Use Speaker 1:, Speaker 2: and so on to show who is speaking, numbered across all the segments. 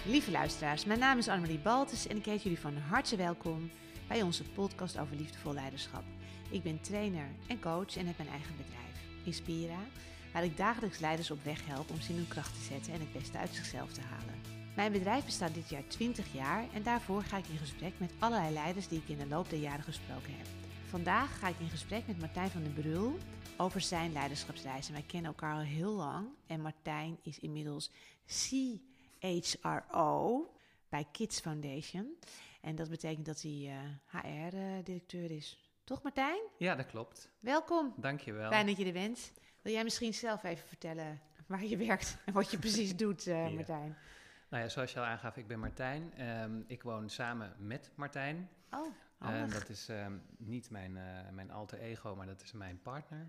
Speaker 1: Lieve luisteraars, mijn naam is Annemarie Baltes en ik heet jullie van harte welkom bij onze podcast over liefdevol leiderschap. Ik ben trainer en coach en heb mijn eigen bedrijf, Inspira, waar ik dagelijks leiders op weg help om ze in hun kracht te zetten en het beste uit zichzelf te halen. Mijn bedrijf bestaat dit jaar 20 jaar en daarvoor ga ik in gesprek met allerlei leiders die ik in de loop der jaren gesproken heb. Vandaag ga ik in gesprek met Martijn van den Brul over zijn leiderschapsreis. En wij kennen elkaar al heel lang en Martijn is inmiddels CHRO bij Kids Foundation. En dat betekent dat hij HR-directeur is. Toch, Martijn?
Speaker 2: Ja, dat klopt.
Speaker 1: Welkom.
Speaker 2: Dankjewel.
Speaker 1: Fijn dat je er bent. Wil jij misschien zelf even vertellen waar je werkt en wat je precies doet, Martijn?
Speaker 2: Nou ja, zoals je al aangaf, ik ben Martijn. Ik woon samen met Martijn.
Speaker 1: Oh, handig.
Speaker 2: Dat is niet mijn alter ego, maar dat is mijn partner.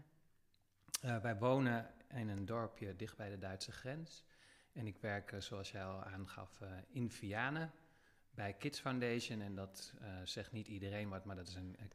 Speaker 2: Wij wonen in een dorpje dicht bij de Duitse grens. En ik werk, zoals jij al aangaf, in Vianen bij Kids Foundation. En dat zegt niet iedereen wat, maar dat is een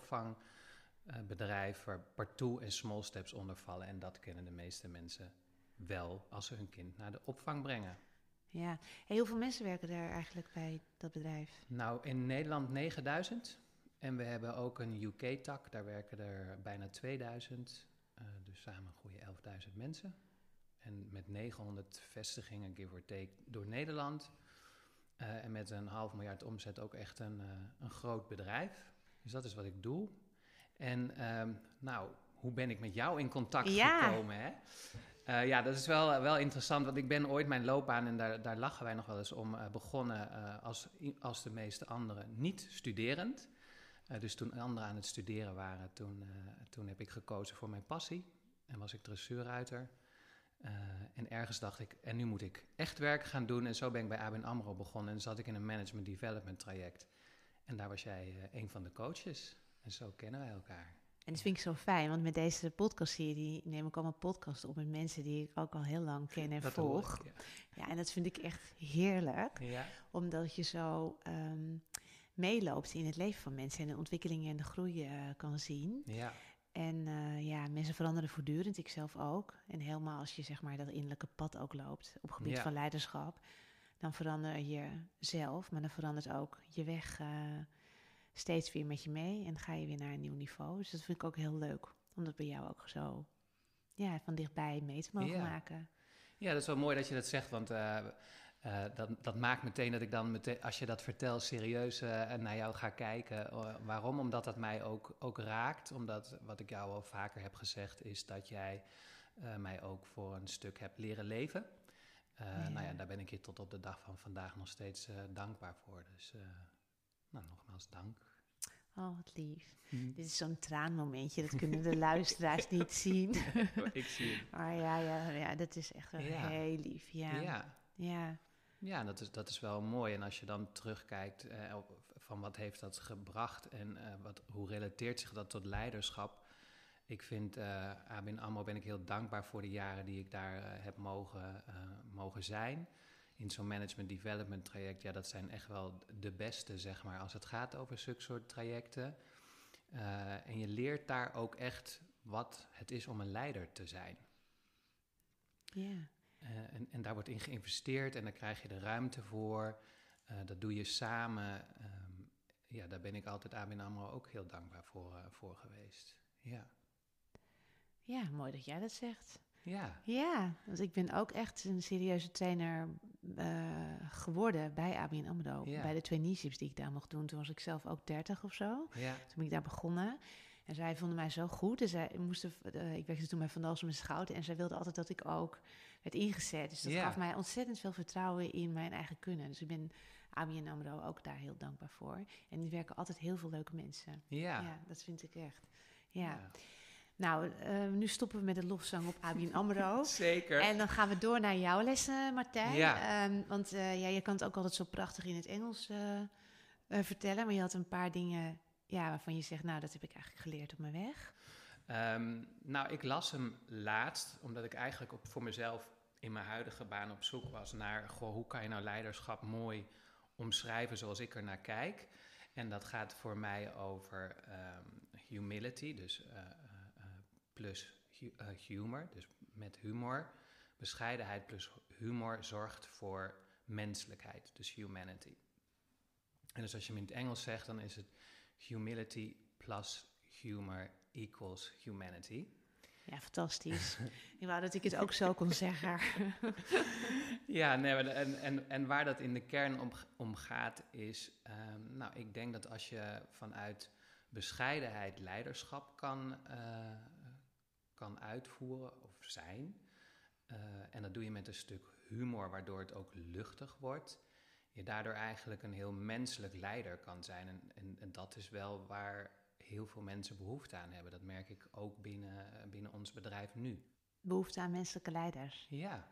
Speaker 2: kinderopvangbedrijf waar Partout en Small Steps onder vallen. En dat kennen de meeste mensen wel als ze hun kind naar de opvang brengen.
Speaker 1: Ja, heel veel mensen werken daar eigenlijk bij dat bedrijf.
Speaker 2: Nou, in Nederland 9000. En we hebben ook een UK-tak, daar werken er bijna 2000. Dus samen goede 11.000 mensen. En met 900 vestigingen, give or take, door Nederland. En met een 500.000 omzet ook echt een groot bedrijf. Dus dat is wat ik doe. En hoe ben ik met jou in contact gekomen, hè? Ja, dat is wel interessant, want ik ben ooit mijn loopbaan, en daar lachen wij nog wel eens om, begonnen als de meeste anderen niet studerend. Dus toen anderen aan het studeren waren, toen heb ik gekozen voor mijn passie en was ik dressuurruiter. En ergens dacht ik, en nu moet ik echt werk gaan doen. En zo ben ik bij ABN AMRO begonnen en zat ik in een management development traject. En daar was jij een van de coaches. En zo kennen wij elkaar.
Speaker 1: En dat vind ik zo fijn, want met deze podcastserie neem ik allemaal podcasts op met mensen die ik ook al heel lang ken en volg. Ja, en dat vind ik echt heerlijk, omdat je zo meeloopt in het leven van mensen en de ontwikkelingen en de groei kan zien.
Speaker 2: Ja.
Speaker 1: En mensen veranderen voortdurend, ik zelf ook. En helemaal als je zeg maar dat innerlijke pad ook loopt op het gebied van leiderschap, dan verander je zelf, maar dan verandert ook je weg steeds weer met je mee en ga je weer naar een nieuw niveau. Dus dat vind ik ook heel leuk, om dat bij jou ook zo van dichtbij mee te mogen maken.
Speaker 2: Ja, dat is wel mooi dat je dat zegt, want dat maakt meteen dat ik dan als je dat vertelt, serieus naar jou ga kijken. Waarom? Omdat dat mij ook raakt. Omdat, wat ik jou al vaker heb gezegd, is dat jij mij ook voor een stuk hebt leren leven. Daar ben ik je tot op de dag van vandaag nog steeds dankbaar voor. Dus nogmaals dank.
Speaker 1: Oh, wat lief. Dit is zo'n traanmomentje, dat kunnen de luisteraars niet zien.
Speaker 2: Ik zie het.
Speaker 1: Maar ja, dat is echt wel heel lief.
Speaker 2: Ja, dat is wel mooi. En als je dan terugkijkt van wat heeft dat gebracht en hoe relateert zich dat tot leiderschap. Ik vind ABN AMRO ben ik heel dankbaar voor de jaren die ik daar heb mogen zijn. In zo'n management development traject, ja, dat zijn echt wel de beste, zeg maar, als het gaat over zulke soort trajecten. En je leert daar ook echt wat het is om een leider te zijn.
Speaker 1: Ja.
Speaker 2: En daar wordt in geïnvesteerd en daar krijg je de ruimte voor. Dat doe je samen. Daar ben ik altijd ABN AMRO ook heel dankbaar voor geweest.
Speaker 1: Ja, mooi dat jij dat zegt.
Speaker 2: Ja,
Speaker 1: want ik ben ook echt een serieuze trainer geworden bij ABN AMRO. Bij de traineeships die ik daar mocht doen. Toen was ik zelf ook 30 of zo.
Speaker 2: Ja.
Speaker 1: Toen ben ik daar begonnen. En zij vonden mij zo goed. En ik werkte toen bij Van Dalsem en Schouten. En zij wilde altijd dat ik ook werd ingezet. Dus dat gaf mij ontzettend veel vertrouwen in mijn eigen kunnen. Dus ik ben ABN AMRO ook daar heel dankbaar voor. En die werken altijd heel veel leuke mensen. Ja, dat vind ik echt. Ja. Nou, nu stoppen we met de lofzang op ABN AMRO.
Speaker 2: Zeker.
Speaker 1: En dan gaan we door naar jouw lessen, Martijn.
Speaker 2: Ja.
Speaker 1: Want je kan het ook altijd zo prachtig in het Engels vertellen. Maar je had een paar dingen waarvan je zegt, nou, dat heb ik eigenlijk geleerd op mijn weg.
Speaker 2: Ik las hem laatst, omdat ik eigenlijk voor mezelf in mijn huidige baan op zoek was naar, hoe kan je nou leiderschap mooi omschrijven zoals ik er naar kijk. En dat gaat voor mij over humility, dus plus humor, dus met humor. Bescheidenheid plus humor zorgt voor menselijkheid, dus humanity. En dus als je hem in het Engels zegt, dan is het humility plus humor equals humanity.
Speaker 1: Ja, fantastisch. Ik wou dat ik het ook zo kon zeggen.
Speaker 2: Ja, nee, en waar dat in de kern om gaat is... ik denk dat als je vanuit bescheidenheid leiderschap kan uitvoeren of zijn... en dat doe je met een stuk humor, waardoor het ook luchtig wordt... je daardoor eigenlijk een heel menselijk leider kan zijn. En dat is wel waar heel veel mensen behoefte aan hebben. Dat merk ik ook binnen ons bedrijf nu.
Speaker 1: Behoefte aan menselijke leiders.
Speaker 2: Ja.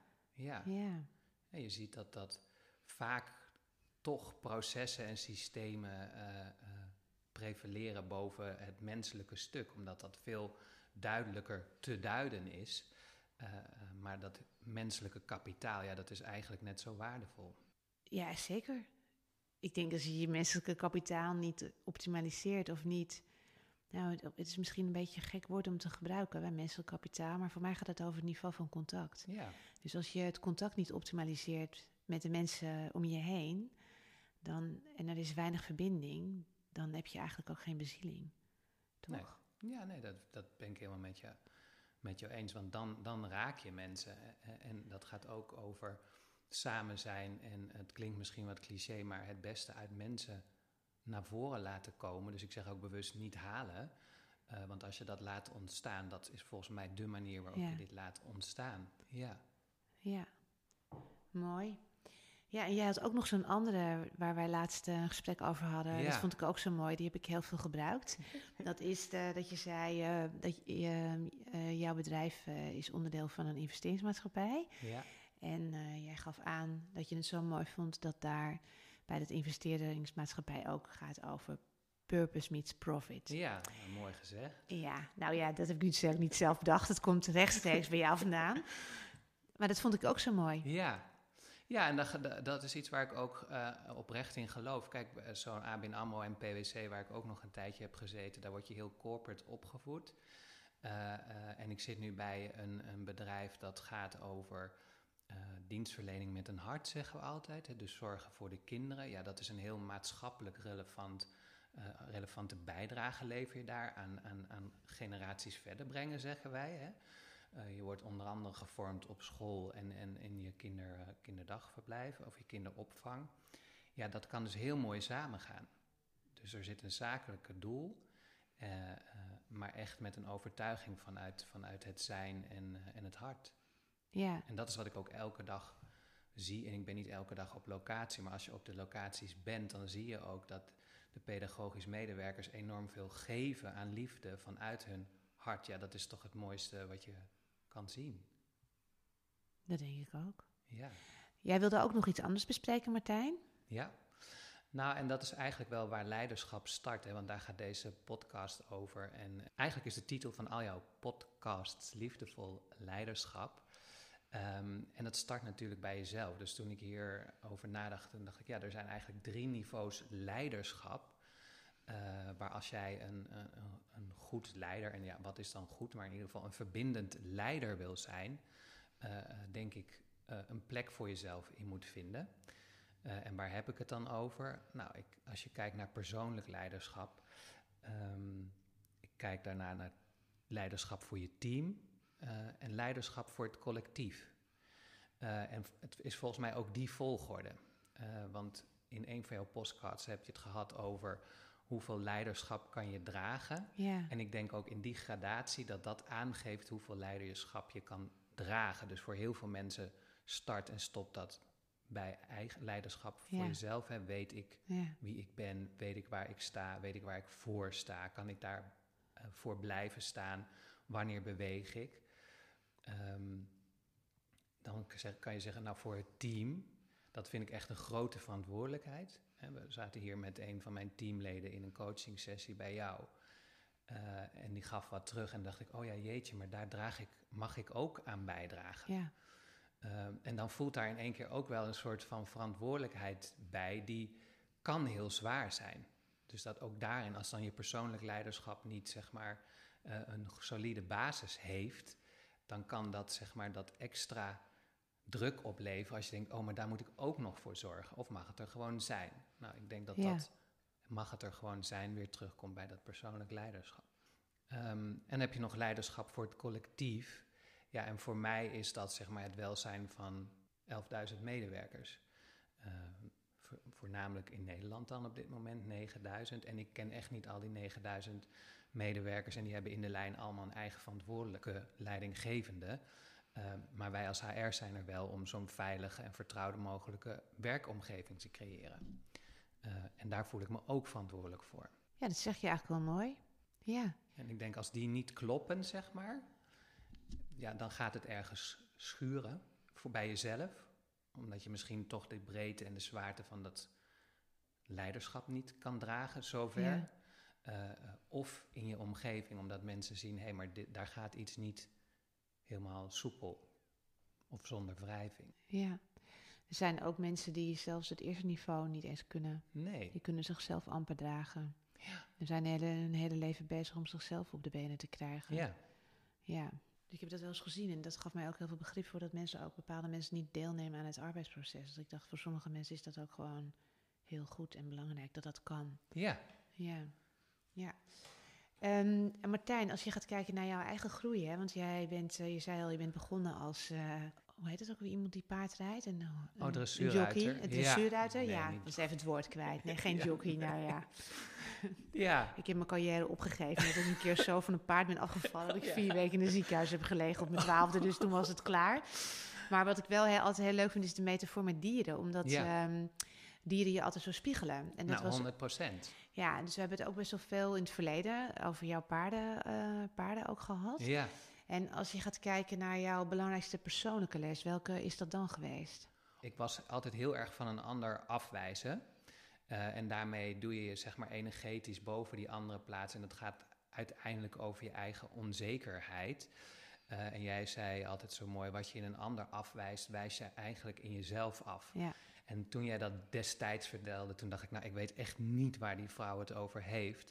Speaker 2: En je ziet dat vaak toch processen en systemen prevaleren boven het menselijke stuk. Omdat dat veel duidelijker te duiden is. Maar dat menselijke kapitaal, ja, dat is eigenlijk net zo waardevol.
Speaker 1: Ja, zeker. Ik denk als je je menselijke kapitaal niet optimaliseert of niet... Nou, het is misschien een beetje een gek woord om te gebruiken, bij menselijk kapitaal, maar voor mij gaat het over het niveau van contact.
Speaker 2: Ja.
Speaker 1: Dus als je het contact niet optimaliseert met de mensen om je heen, en er is weinig verbinding, dan heb je eigenlijk ook geen bezieling. Toch?
Speaker 2: Nee. Ja, nee, dat ben ik helemaal met jou eens, want dan raak je mensen. En dat gaat ook over samen zijn en het klinkt misschien wat cliché, maar het beste uit mensen naar voren laten komen. Dus ik zeg ook bewust niet halen. Want als je dat laat ontstaan, dat is volgens mij de manier waarop je dit laat ontstaan.
Speaker 1: Ja, mooi. Ja, en jij had ook nog zo'n andere waar wij laatst een gesprek over hadden. Dat vond ik ook zo mooi. Die heb ik heel veel gebruikt. Dat is dat je zei dat jouw bedrijf is onderdeel van een investeringsmaatschappij.
Speaker 2: Ja.
Speaker 1: En jij gaf aan dat je het zo mooi vond dat daar bij dat investeringsmaatschappij ook gaat over purpose meets profit.
Speaker 2: Ja, mooi gezegd.
Speaker 1: Ja, nou ja, dat heb ik natuurlijk niet zelf bedacht. Het komt rechtstreeks bij jou vandaan. Maar dat vond ik ook zo mooi.
Speaker 2: Ja, en dat is iets waar ik ook oprecht in geloof. Kijk, zo'n ABN AMRO en PwC, waar ik ook nog een tijdje heb gezeten, daar word je heel corporate opgevoed. En ik zit nu bij een bedrijf dat gaat over dienstverlening met een hart, zeggen we altijd. Hè, dus zorgen voor de kinderen. Ja, dat is een heel maatschappelijk relevante bijdrage lever je daar aan generaties verder brengen, zeggen wij. Hè. Je wordt onder andere gevormd op school en in je kinderdagverblijf of je kinderopvang. Ja, dat kan dus heel mooi samengaan. Dus er zit een zakelijke doel, maar echt met een overtuiging vanuit het zijn en het hart.
Speaker 1: Ja.
Speaker 2: En dat is wat ik ook elke dag zie. En ik ben niet elke dag op locatie, maar als je op de locaties bent, dan zie je ook dat de pedagogisch medewerkers enorm veel geven aan liefde vanuit hun hart. Ja, dat is toch het mooiste wat je kan zien.
Speaker 1: Dat denk ik ook.
Speaker 2: Ja.
Speaker 1: Jij wilde ook nog iets anders bespreken, Martijn?
Speaker 2: Ja. Nou, en dat is eigenlijk wel waar leiderschap start, hè, want daar gaat deze podcast over. En eigenlijk is de titel van al jouw podcasts Liefdevol Leiderschap. En dat start natuurlijk bij jezelf. Dus toen ik hierover nadacht, dan dacht ik, ja, er zijn eigenlijk 3 niveaus leiderschap. Waar als jij een goed leider, en ja, wat is dan goed, maar in ieder geval een verbindend leider wil zijn, denk ik een plek voor jezelf in moet vinden. En waar heb ik het dan over? Nou, als je kijkt naar persoonlijk leiderschap, ik kijk daarna naar leiderschap voor je team en leiderschap voor het collectief. En het is volgens mij ook die volgorde. Want in een van jouw podcasts heb je het gehad over hoeveel leiderschap kan je dragen.
Speaker 1: Ja.
Speaker 2: En ik denk ook in die gradatie dat aangeeft hoeveel leiderschap je kan dragen. Dus voor heel veel mensen start en stopt dat bij eigen leiderschap voor jezelf. Hè. Weet ik wie ik ben? Weet ik waar ik sta? Weet ik waar ik voor sta? Kan ik daar voor blijven staan? Wanneer beweeg ik? Dan kan je zeggen, nou voor het team, dat vind ik echt een grote verantwoordelijkheid. We zaten hier met een van mijn teamleden in een coaching sessie bij jou. En die gaf wat terug en dacht ik, oh ja jeetje, maar daar mag ik ook aan bijdragen.
Speaker 1: Ja.
Speaker 2: En dan voelt daar in één keer ook wel een soort van verantwoordelijkheid bij, die kan heel zwaar zijn. Dus dat ook daarin, als dan je persoonlijk leiderschap niet, zeg maar, een solide basis heeft, dan kan dat, zeg maar, dat extra druk opleveren als je denkt, maar daar moet ik ook nog voor zorgen. Of mag het er gewoon zijn? Nou, ik denk dat mag het er gewoon zijn weer terugkomt bij dat persoonlijk leiderschap. En dan heb je nog leiderschap voor het collectief. Ja, en voor mij is dat zeg maar het welzijn van 11.000 medewerkers. Voornamelijk in Nederland dan op dit moment 9.000. En ik ken echt niet al die 9.000 medewerkers. En die hebben in de lijn allemaal een eigen verantwoordelijke leidinggevende. Maar wij als HR zijn er wel om zo'n veilige en vertrouwde mogelijke werkomgeving te creëren. En daar voel ik me ook verantwoordelijk voor.
Speaker 1: Ja, dat zeg je eigenlijk wel mooi. Ja.
Speaker 2: En ik denk als die niet kloppen, zeg maar, ja, dan gaat het ergens schuren bij jezelf. Omdat je misschien toch de breedte en de zwaarte van dat leiderschap niet kan dragen, zover.
Speaker 1: Ja.
Speaker 2: Of in je omgeving, omdat mensen zien, maar daar gaat iets niet helemaal soepel of zonder wrijving.
Speaker 1: Ja. Er zijn ook mensen die zelfs het eerste niveau niet eens kunnen.
Speaker 2: Nee.
Speaker 1: Die kunnen zichzelf amper dragen.
Speaker 2: Ja.
Speaker 1: Er zijn een hele leven bezig om zichzelf op de benen te krijgen.
Speaker 2: Ja.
Speaker 1: Ja. Ik heb dat wel eens gezien en dat gaf mij ook heel veel begrip voor dat bepaalde mensen niet deelnemen aan het arbeidsproces. Dus ik dacht, voor sommige mensen is dat ook gewoon heel goed en belangrijk dat dat kan.
Speaker 2: Ja.
Speaker 1: Ja. Ja. En Martijn, als je gaat kijken naar jouw eigen groei, hè, want je zei al, je bent begonnen als, hoe heet het ook weer, iemand die paard rijdt?
Speaker 2: Dressuurruiter.
Speaker 1: Jockey, een dressuurruiter?
Speaker 2: Nee,
Speaker 1: ja,
Speaker 2: niet.
Speaker 1: dat is even het woord kwijt. Nee, geen jockey, nou ja.
Speaker 2: Ja.
Speaker 1: Ik heb mijn carrière opgegeven dat ik een keer zo van een paard ben afgevallen dat ik 4 weken in een ziekenhuis heb gelegen op mijn 12e, dus toen was het klaar. Maar wat ik wel altijd heel leuk vind is de metafoor met dieren, omdat dieren je altijd zo spiegelen. En dat was
Speaker 2: 100%.
Speaker 1: Ja, dus we hebben het ook best wel veel in het verleden over jouw paarden ook gehad.
Speaker 2: Ja.
Speaker 1: En als je gaat kijken naar jouw belangrijkste persoonlijke les, welke is dat dan geweest?
Speaker 2: Ik was altijd heel erg van een ander afwijzen. En daarmee doe je je zeg maar energetisch boven die andere plaats. En dat gaat uiteindelijk over je eigen onzekerheid. En jij zei altijd zo mooi, wat je in een ander afwijst, wijs je eigenlijk in jezelf af.
Speaker 1: Ja.
Speaker 2: En toen jij dat destijds vertelde, toen dacht ik, ik weet echt niet waar die vrouw het over heeft.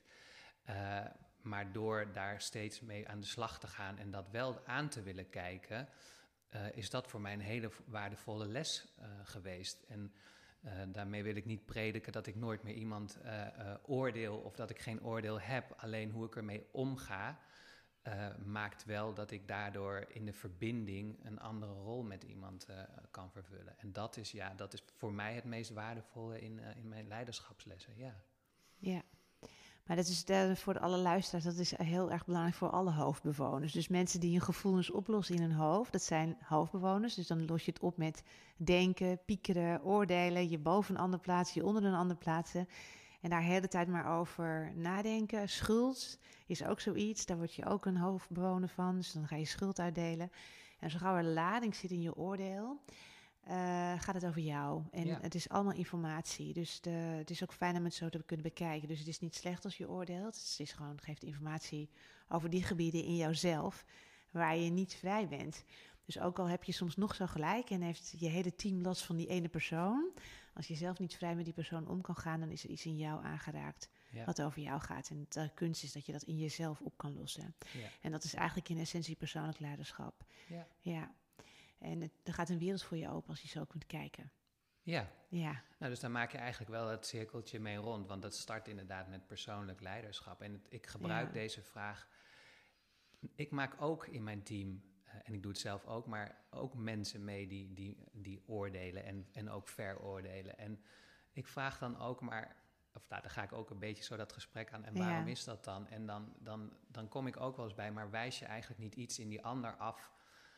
Speaker 2: Maar door daar steeds mee aan de slag te gaan en dat wel aan te willen kijken, is dat voor mij een hele waardevolle les geweest. En daarmee wil ik niet prediken dat ik nooit meer iemand oordeel of dat ik geen oordeel heb. Alleen hoe ik ermee omga, maakt wel dat ik daardoor in de verbinding een andere rol met iemand kan vervullen. En dat is voor mij het meest waardevolle in mijn leiderschapslessen, ja. Ja.
Speaker 1: Maar dat is voor alle luisteraars, dat is heel erg belangrijk voor alle hoofdbewoners. Dus mensen die hun gevoelens oplossen in hun hoofd, dat zijn hoofdbewoners. Dus dan los je het op met denken, piekeren, oordelen, je boven een ander plaatsen, je onder een ander plaatsen. En daar de hele tijd maar over nadenken. Schuld is ook zoiets, daar word je ook een hoofdbewoner van. Dus dan ga je schuld uitdelen. En zo gauw er lading zit in je oordeel, gaat het over jou. En het is allemaal informatie. Dus het is ook fijn om het zo te kunnen bekijken. Dus het is niet slecht als je oordeelt. Het is gewoon, geeft informatie over die gebieden in jouzelf waar je niet vrij bent. Dus ook al heb je soms nog zo gelijk en heeft je hele team last van die ene persoon, als je zelf niet vrij met die persoon om kan gaan, dan is er iets in jou aangeraakt wat over jou gaat. En de kunst is dat je dat in jezelf op kan lossen. Ja. En dat is eigenlijk in essentie persoonlijk leiderschap. Ja. En er gaat een wereld voor je open als je zo kunt kijken.
Speaker 2: Ja. Nou, dus dan maak je eigenlijk wel het cirkeltje mee rond. Want dat start inderdaad met persoonlijk leiderschap. En ik gebruik deze vraag. Ik maak ook in mijn team, en ik doe het zelf ook, maar ook mensen mee die oordelen en ook veroordelen. En ik vraag dan ook maar, dan ga ik ook een beetje zo dat gesprek aan. En waarom is dat dan? En dan kom ik ook wel eens bij, maar wijs je eigenlijk niet iets in die ander af?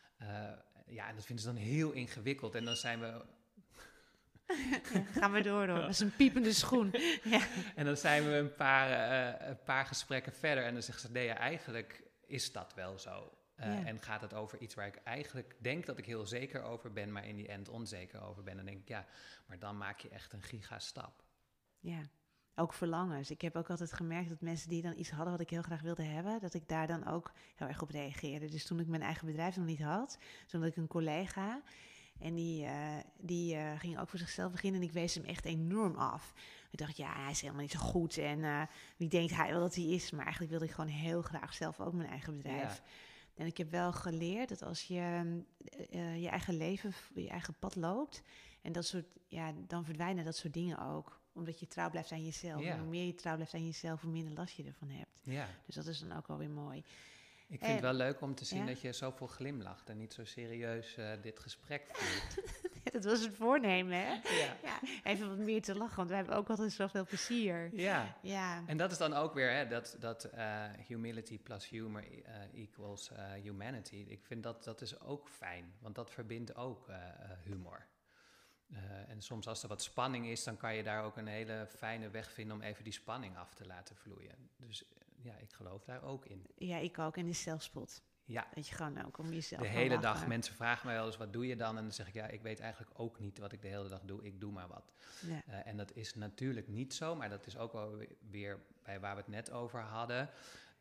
Speaker 2: En dat vinden ze dan heel ingewikkeld. En dan zijn we...
Speaker 1: Gaan we door. Dat is een piepende schoen. Ja.
Speaker 2: En dan zijn we een paar gesprekken verder. En dan zegt ze, nee, eigenlijk is dat wel zo. En gaat het over iets waar ik eigenlijk denk dat ik heel zeker over ben, maar in die end onzeker over ben. Dan denk ik, maar dan maak je echt een gigastap.
Speaker 1: Ja. Ook verlangens. Ik heb ook altijd gemerkt dat mensen die dan iets hadden wat ik heel graag wilde hebben, dat ik daar dan ook heel erg op reageerde. Dus toen ik mijn eigen bedrijf nog niet had, toen had ik een collega en die ging ook voor zichzelf beginnen en ik wees hem echt enorm af. Ik dacht, hij is helemaal niet zo goed en wie denkt hij wel dat hij is? Maar eigenlijk wilde ik gewoon heel graag zelf ook mijn eigen bedrijf. En ik heb wel geleerd dat als je je eigen leven, je eigen pad loopt... en dat soort, dan verdwijnen dat soort dingen ook. Omdat je trouw blijft aan jezelf.
Speaker 2: Ja.
Speaker 1: En hoe meer je trouw blijft aan jezelf, hoe minder last je ervan hebt.
Speaker 2: Ja.
Speaker 1: Dus dat is dan ook wel weer mooi.
Speaker 2: Ik vind het wel leuk om te zien dat je zoveel glimlacht en niet zo serieus dit gesprek voert.
Speaker 1: Dat was het voornemen, hè?
Speaker 2: Ja.
Speaker 1: Even wat meer te lachen, want wij hebben ook altijd zoveel plezier.
Speaker 2: Ja. En dat is dan ook weer, hè, dat humility plus humor equals humanity. Ik vind dat is ook fijn, want dat verbindt ook humor. En soms als er wat spanning is, dan kan je daar ook een hele fijne weg vinden om even die spanning af te laten vloeien. Dus ik geloof daar ook in. Ja,
Speaker 1: ik ook. En de zelfspot.
Speaker 2: Ja.
Speaker 1: Dat je gewoon ook om jezelf...
Speaker 2: De hele dag, mensen vragen mij wel eens, wat doe je dan? En dan zeg ik, ik weet eigenlijk ook niet wat ik de hele dag doe. Ik doe maar wat. Ja. En dat is natuurlijk niet zo, maar dat is ook wel weer bij waar we het net over hadden.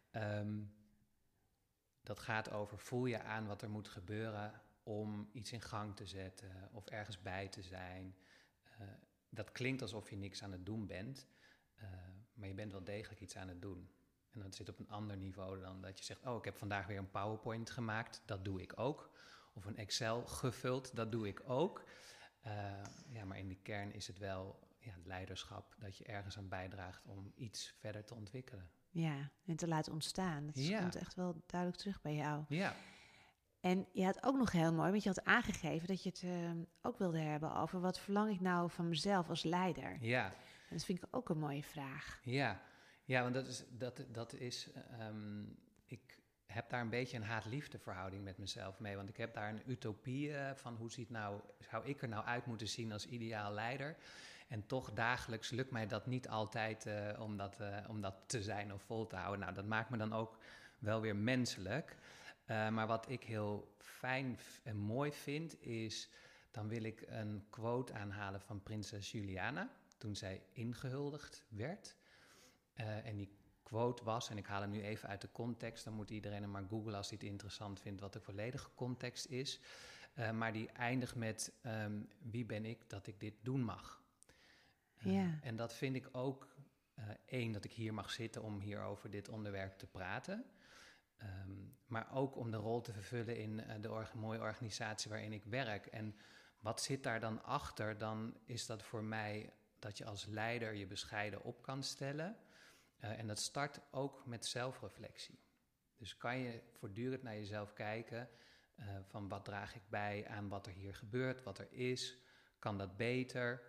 Speaker 2: Dat gaat over, voel je aan wat er moet gebeuren om iets in gang te zetten of ergens bij te zijn. Dat klinkt alsof je niks aan het doen bent, maar je bent wel degelijk iets aan het doen. En dat zit op een ander niveau dan dat je zegt, ik heb vandaag weer een PowerPoint gemaakt, dat doe ik ook. Of een Excel gevuld, dat doe ik ook. Maar in die kern is het wel het leiderschap dat je ergens aan bijdraagt om iets verder te ontwikkelen.
Speaker 1: Ja, en te laten ontstaan. Dat komt echt wel duidelijk terug bij jou.
Speaker 2: Ja.
Speaker 1: En je had ook nog heel mooi, want je had aangegeven dat je het ook wilde hebben over wat verlang ik nou van mezelf als leider.
Speaker 2: Ja.
Speaker 1: En dat vind ik ook een mooie vraag.
Speaker 2: Ja, want dat is ik heb daar een beetje een haat-liefde verhouding met mezelf mee. Want ik heb daar een utopie van hoe zou ik er nou uit moeten zien als ideaal leider. En toch dagelijks lukt mij dat niet altijd om dat te zijn of vol te houden. Nou, dat maakt me dan ook wel weer menselijk. Maar wat ik heel fijn en mooi vind is, dan wil ik een quote aanhalen van prinses Juliana toen zij ingehuldigd werd. En die quote was, en ik haal hem nu even uit de context, dan moet iedereen hem maar googlen als hij het interessant vindt wat de volledige context is. Maar die eindigt met, wie ben ik dat ik dit doen mag? En dat vind ik ook, dat ik hier mag zitten om hier over dit onderwerp te praten. Maar ook om de rol te vervullen in de mooie organisatie waarin ik werk. En wat zit daar dan achter? Dan is dat voor mij dat je als leider je bescheiden op kan stellen. En dat start ook met zelfreflectie. Dus kan je voortdurend naar jezelf kijken van wat draag ik bij aan wat er hier gebeurt, wat er is, kan dat beter?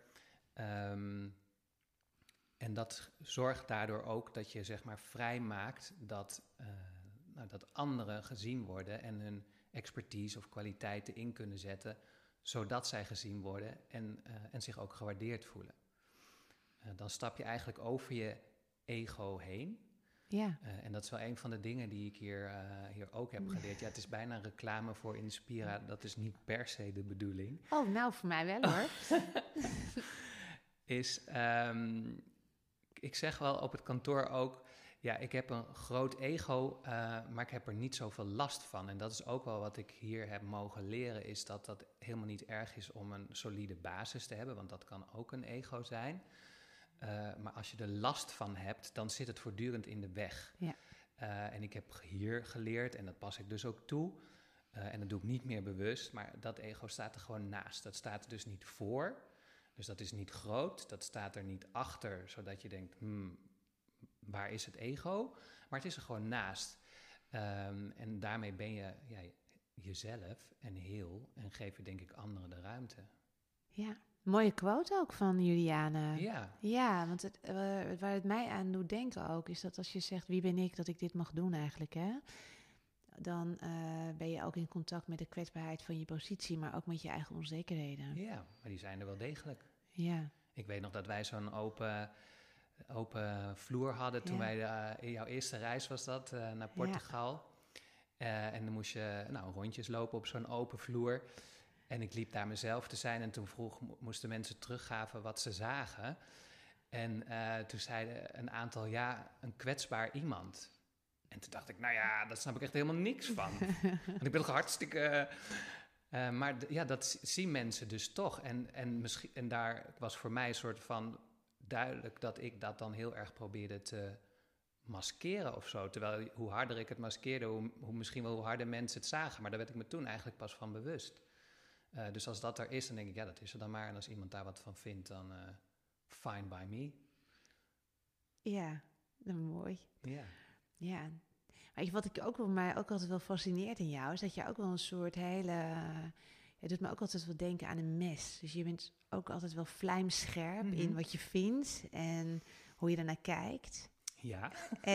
Speaker 2: En dat zorgt daardoor ook dat je zeg maar vrij maakt dat anderen gezien worden en hun expertise of kwaliteiten in kunnen zetten, zodat zij gezien worden en zich ook gewaardeerd voelen. Dan stap je eigenlijk over je ego heen.
Speaker 1: Ja.
Speaker 2: En dat is wel een van de dingen die ik hier ook heb geleerd. Ja, het is bijna reclame voor Inspira. Dat is niet per se de bedoeling.
Speaker 1: Oh, nou, voor mij wel hoor.
Speaker 2: Ik zeg wel op het kantoor ook, ik heb een groot ego, maar ik heb er niet zoveel last van. En dat is ook wel wat ik hier heb mogen leren, is dat dat helemaal niet erg is om een solide basis te hebben, want dat kan ook een ego zijn. Maar als je er last van hebt, dan zit het voortdurend in de weg.
Speaker 1: Ja.
Speaker 2: En ik heb hier geleerd, en dat pas ik dus ook toe, en dat doe ik niet meer bewust, maar dat ego staat er gewoon naast. Dat staat er dus niet voor, dus dat is niet groot, dat staat er niet achter, zodat je denkt, waar is het ego? Maar het is er gewoon naast. En daarmee ben je jezelf en heel en geef je denk ik anderen de ruimte.
Speaker 1: Ja. Mooie quote ook van Juliana.
Speaker 2: Ja,
Speaker 1: want waar het mij aan doet denken ook, is dat als je zegt, wie ben ik dat ik dit mag doen eigenlijk, hè? Dan ben je ook in contact met de kwetsbaarheid van je positie, maar ook met je eigen onzekerheden.
Speaker 2: Ja, maar die zijn er wel degelijk.
Speaker 1: Ja.
Speaker 2: Ik weet nog dat wij zo'n open vloer hadden toen wij, jouw eerste reis was dat, naar Portugal. Ja. En dan moest je rondjes lopen op zo'n open vloer. En ik liep daar mezelf te zijn en toen moesten mensen teruggaven wat ze zagen. En toen zeiden een aantal, een kwetsbaar iemand. En toen dacht ik, daar snap ik echt helemaal niks van. Want ik ben toch hartstikke... maar dat zien mensen dus toch. En daar was voor mij een soort van duidelijk dat ik dat dan heel erg probeerde te maskeren of zo. Terwijl hoe harder ik het maskeerde, misschien wel hoe harder mensen het zagen. Maar daar werd ik me toen eigenlijk pas van bewust. Dus als dat er is, dan denk ik, ja, dat is er dan maar. En als iemand daar wat van vindt, dan fine by me.
Speaker 1: Ja, mooi.
Speaker 2: Ja.
Speaker 1: Ja. Weet je, wat ik ook wel, mij ook altijd wel fascineert in jou, is dat je ook wel een soort hele... Het doet me ook altijd wel denken aan een mes. Dus je bent ook altijd wel vlijmscherp in wat je vindt en hoe je ernaar kijkt.
Speaker 2: Ja.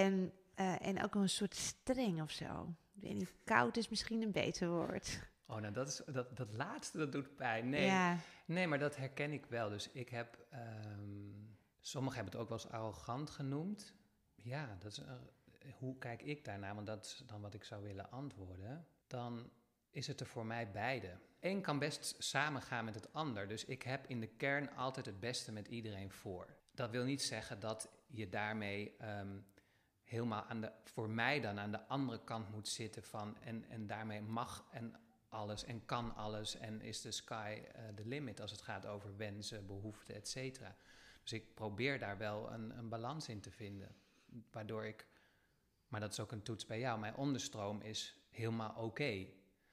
Speaker 1: En ook wel een soort streng of zo. Ik weet niet, koud is misschien een beter woord.
Speaker 2: Oh, nou, dat laatste, dat doet pijn. Nee.
Speaker 1: Ja.
Speaker 2: Nee, maar dat herken ik wel. Dus ik heb... sommigen hebben het ook wel eens arrogant genoemd. Ja, dat is... hoe kijk ik daarnaar? Want dat is dan wat ik zou willen antwoorden. Dan is het er voor mij beide. Eén kan best samengaan met het ander. Dus ik heb in de kern altijd het beste met iedereen voor. Dat wil niet zeggen dat je daarmee helemaal voor mij dan aan de andere kant moet zitten van... En daarmee mag en alles en kan alles en is de sky the limit als het gaat over wensen, behoeften, et cetera. Dus ik probeer daar wel een balans in te vinden. Waardoor ik... Maar dat is ook een toets bij jou. Mijn onderstroom is helemaal oké.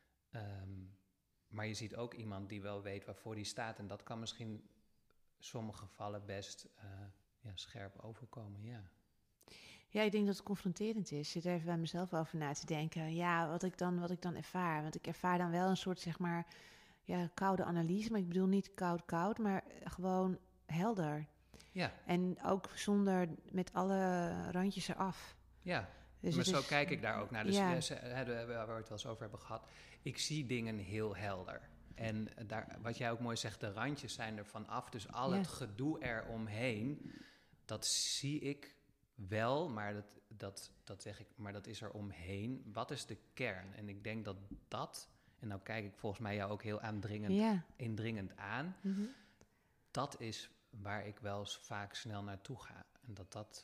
Speaker 2: Maar je ziet ook iemand die wel weet waarvoor die staat. En dat kan misschien in sommige gevallen best scherp overkomen, ja.
Speaker 1: Ja, ik denk dat het confronterend is. Ik zit er even bij mezelf over na te denken. Ja, wat ik dan ervaar. Want ik ervaar dan wel een soort, zeg maar, koude analyse. Maar ik bedoel niet koud, maar gewoon helder.
Speaker 2: Ja.
Speaker 1: En ook zonder met alle randjes eraf.
Speaker 2: Ja,
Speaker 1: dus
Speaker 2: maar zo kijk ik daar ook naar. Dus
Speaker 1: ja.
Speaker 2: waar we het wel eens over hebben gehad. Ik zie dingen heel helder. En wat jij ook mooi zegt, de randjes zijn er vanaf. Dus al het gedoe eromheen, dat zie ik wel, maar dat zeg ik, maar dat is er omheen. Wat is de kern? En ik denk dat, en nou kijk ik volgens mij jou ook heel indringend aan. Mm-hmm. Dat is waar ik wel vaak snel naartoe ga. En dat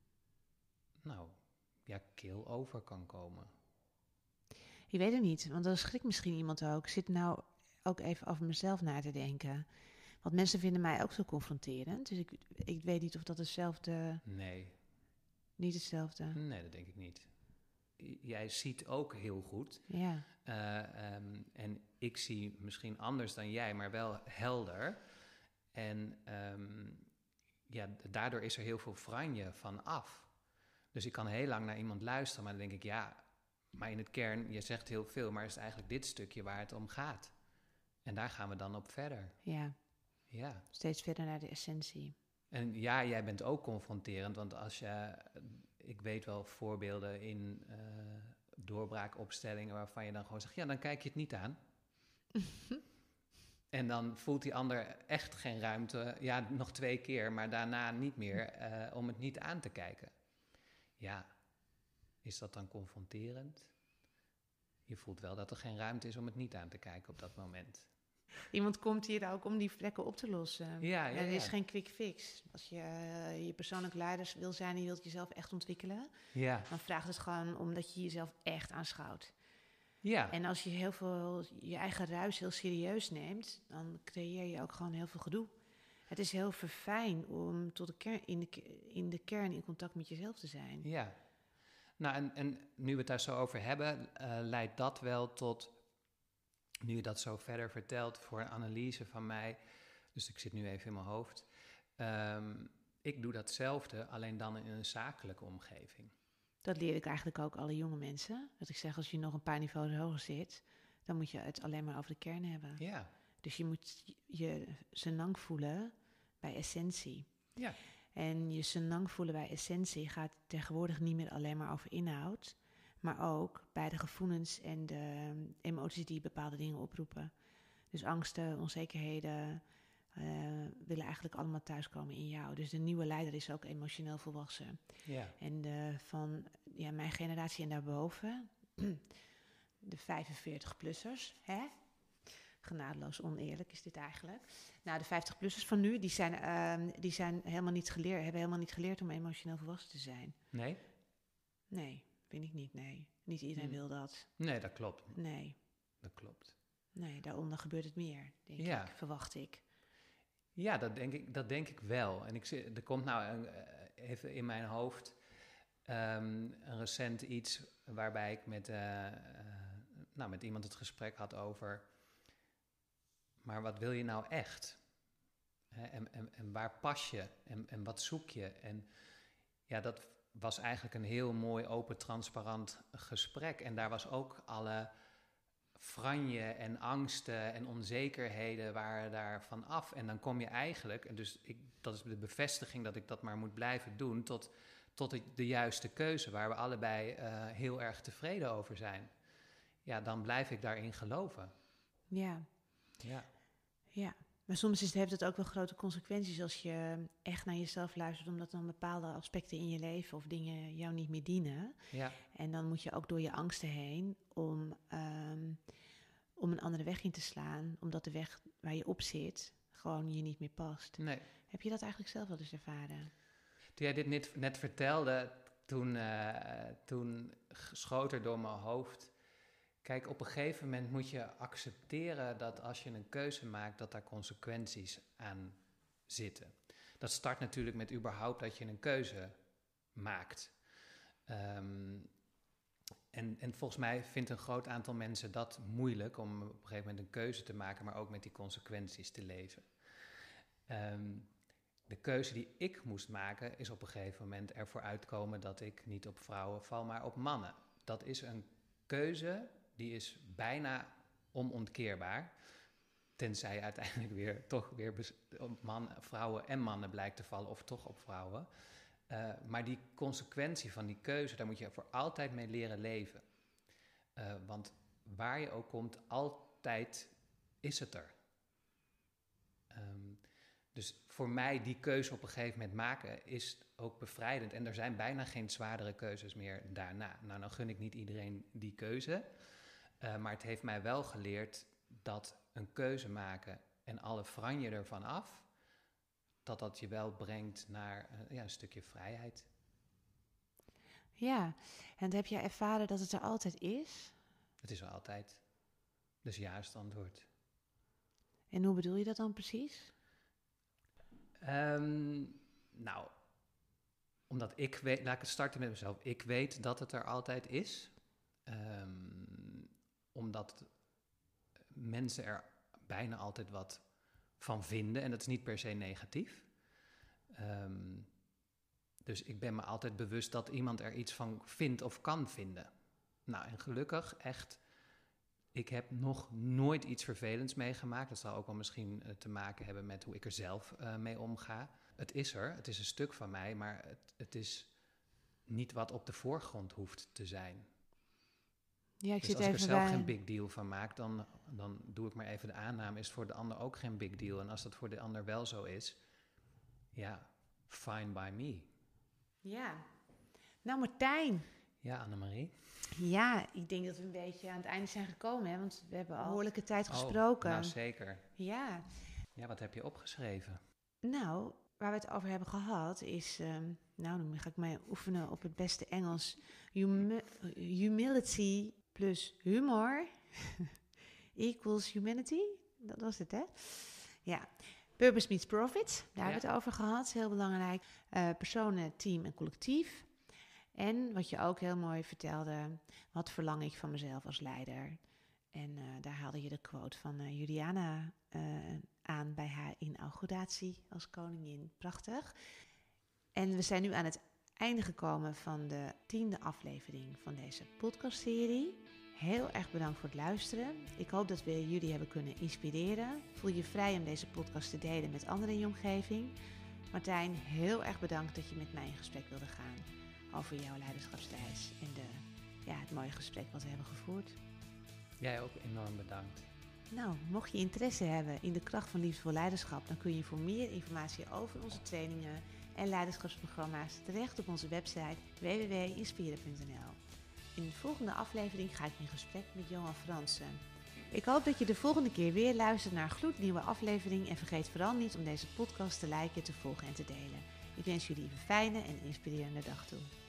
Speaker 2: kil over kan komen.
Speaker 1: Je weet het niet, want dan schrikt misschien iemand ook. Ik zit nou ook even over mezelf na te denken. Want mensen vinden mij ook zo confronterend. Dus ik weet niet of dat hetzelfde...
Speaker 2: Nee.
Speaker 1: Niet hetzelfde?
Speaker 2: Nee, dat denk ik niet. Jij ziet ook heel goed.
Speaker 1: Ja.
Speaker 2: En ik zie misschien anders dan jij, maar wel helder. En daardoor is er heel veel franje van af. Dus ik kan heel lang naar iemand luisteren, maar dan denk ik, maar in het kern, je zegt heel veel, maar is het eigenlijk dit stukje waar het om gaat? En daar gaan we dan op verder. Ja.
Speaker 1: Steeds verder naar de essentie.
Speaker 2: En ja, jij bent ook confronterend, want ik weet wel voorbeelden in doorbraakopstellingen waarvan je dan gewoon zegt, dan kijk je het niet aan. En dan voelt die ander echt geen ruimte, nog 2 keer, maar daarna niet meer, om het niet aan te kijken. Ja, is dat dan confronterend? Je voelt wel dat er geen ruimte is om het niet aan te kijken op dat moment.
Speaker 1: Iemand komt hier ook om die vlekken op te lossen.
Speaker 2: Ja.
Speaker 1: Er is geen quick fix. Als je persoonlijk leider wil zijn en je wilt jezelf echt ontwikkelen, dan vraagt het gewoon om dat je jezelf echt aanschouwt. Ja. En als je heel veel je eigen ruis heel serieus neemt, dan creëer je ook gewoon heel veel gedoe. Het is heel verfijn om tot in de kern in contact met jezelf te zijn.
Speaker 2: Ja. Nou, en nu we het daar zo over hebben, leidt dat wel tot, nu je dat zo verder vertelt, voor een analyse van mij. Dus ik zit nu even in mijn hoofd. Ik doe datzelfde, alleen dan in een zakelijke omgeving.
Speaker 1: Dat leer ik eigenlijk ook alle jonge mensen. Dat ik zeg, als je nog een paar niveaus hoger zit, dan moet je het alleen maar over de kern hebben.
Speaker 2: Ja.
Speaker 1: Dus je moet je senang voelen bij essentie.
Speaker 2: Ja.
Speaker 1: En je senang voelen bij essentie gaat tegenwoordig niet meer alleen maar over inhoud, maar ook bij de gevoelens en de emoties die bepaalde dingen oproepen. Dus angsten, onzekerheden willen eigenlijk allemaal thuiskomen in jou. Dus de nieuwe leider is ook emotioneel volwassen.
Speaker 2: Ja.
Speaker 1: En van mijn generatie en daarboven, de 45-plussers, hè? Genadeloos oneerlijk is dit eigenlijk. Nou, de 50-plussers van nu, die zijn helemaal niet geleerd, hebben helemaal niet geleerd om emotioneel volwassen te zijn.
Speaker 2: Nee?
Speaker 1: Nee, vind ik niet, nee. Niet iedereen wil dat.
Speaker 2: Nee, dat klopt.
Speaker 1: Nee.
Speaker 2: Dat klopt.
Speaker 1: Nee, daaronder gebeurt het meer, denk ik, verwacht ik.
Speaker 2: Ja, dat denk ik wel. En er komt nou even in mijn hoofd Een recent iets waarbij ik met iemand het gesprek had over, maar wat wil je nou echt? Hè, en waar pas je? En wat zoek je? En ja, dat was eigenlijk een heel mooi, open, transparant gesprek. En daar was ook alle franje en angsten en onzekerheden waren daar van af. En dan kom je eigenlijk, en dus dat is de bevestiging dat ik dat maar moet blijven doen, tot de juiste keuze, waar we allebei heel erg tevreden over zijn. Ja, dan blijf ik daarin geloven.
Speaker 1: Ja.
Speaker 2: Ja.
Speaker 1: Ja. Maar soms heeft het ook wel grote consequenties als je echt naar jezelf luistert, omdat dan bepaalde aspecten in je leven of dingen jou niet meer dienen.
Speaker 2: Ja.
Speaker 1: En dan moet je ook door je angsten heen om een andere weg in te slaan, omdat de weg waar je op zit gewoon je niet meer past.
Speaker 2: Nee.
Speaker 1: Heb je dat eigenlijk zelf wel eens ervaren?
Speaker 2: Toen jij dit net vertelde, toen schoot er door mijn hoofd. Kijk, op een gegeven moment moet je accepteren dat als je een keuze maakt, dat daar consequenties aan zitten. Dat start natuurlijk met überhaupt dat je een keuze maakt. En volgens mij vindt een groot aantal mensen dat moeilijk om op een gegeven moment een keuze te maken, maar ook met die consequenties te leven. De keuze die ik moest maken is op een gegeven moment ervoor uitkomen dat ik niet op vrouwen val, maar op mannen. Dat is een keuze die is bijna onontkeerbaar. Tenzij je uiteindelijk toch weer op vrouwen en mannen blijkt te vallen of toch op vrouwen. Maar die consequentie van die keuze, daar moet je voor altijd mee leren leven. Want waar je ook komt, altijd is het er. Dus voor mij die keuze op een gegeven moment maken is ook bevrijdend. En er zijn bijna geen zwaardere keuzes meer daarna. Nou, dan gun ik niet iedereen die keuze. Maar het heeft mij wel geleerd dat een keuze maken en alle franje ervan af, dat je wel brengt naar een stukje vrijheid.
Speaker 1: Ja, en heb jij ervaren dat het er altijd is?
Speaker 2: Het is er altijd. Dus ja is het antwoord.
Speaker 1: En hoe bedoel je dat dan precies?
Speaker 2: Nou, omdat ik weet, laat ik het starten met mezelf. Ik weet dat het er altijd is. Omdat mensen er bijna altijd wat van vinden. En dat is niet per se negatief. Dus ik ben me altijd bewust dat iemand er iets van vindt of kan vinden. Nou, en gelukkig echt, ik heb nog nooit iets vervelends meegemaakt. Dat zal ook wel misschien te maken hebben met hoe ik er zelf mee omga. Het is er, het is een stuk van mij, maar het is niet wat op de voorgrond hoeft te zijn.
Speaker 1: Ja,
Speaker 2: dus als ik er zelf geen big deal van maak, dan doe ik maar even de aanname, is voor de ander ook geen big deal. En als dat voor de ander wel zo is, ja, fine by me.
Speaker 1: Ja. Nou, Martijn.
Speaker 2: Ja, Annemarie.
Speaker 1: Ja, ik denk dat we een beetje aan het einde zijn gekomen, hè? Want we hebben al behoorlijke tijd gesproken.
Speaker 2: Nou, zeker.
Speaker 1: Ja.
Speaker 2: Ja, wat heb je opgeschreven?
Speaker 1: Nou, waar we het over hebben gehad is, dan ga ik mij oefenen op het beste Engels. Humility plus humor equals humanity. Dat was het, hè? Ja. Purpose meets profit, daar hebben we het over gehad. Heel belangrijk. Personen, team en collectief. En wat je ook heel mooi vertelde, wat verlang ik van mezelf als leider? En daar haalde je de quote van Juliana aan bij haar inauguratie als koningin. Prachtig. En we zijn nu aan het einde gekomen van de 10e aflevering van deze podcastserie. Heel erg bedankt voor het luisteren. Ik hoop dat we jullie hebben kunnen inspireren. Voel je vrij om deze podcast te delen met anderen in je omgeving. Martijn, heel erg bedankt dat je met mij in gesprek wilde gaan over jouw leiderschapsreis en het mooie gesprek wat we hebben gevoerd.
Speaker 2: Jij ook enorm bedankt.
Speaker 1: Nou, mocht je interesse hebben in de kracht van liefdevol leiderschap, dan kun je voor meer informatie over onze trainingen en leiderschapsprogramma's terecht op onze website www.inspire.nl. In de volgende aflevering ga ik in gesprek met Johan Fransen. Ik hoop dat je de volgende keer weer luistert naar een gloednieuwe aflevering en vergeet vooral niet om deze podcast te liken, te volgen en te delen. Ik wens jullie een fijne en inspirerende dag toe.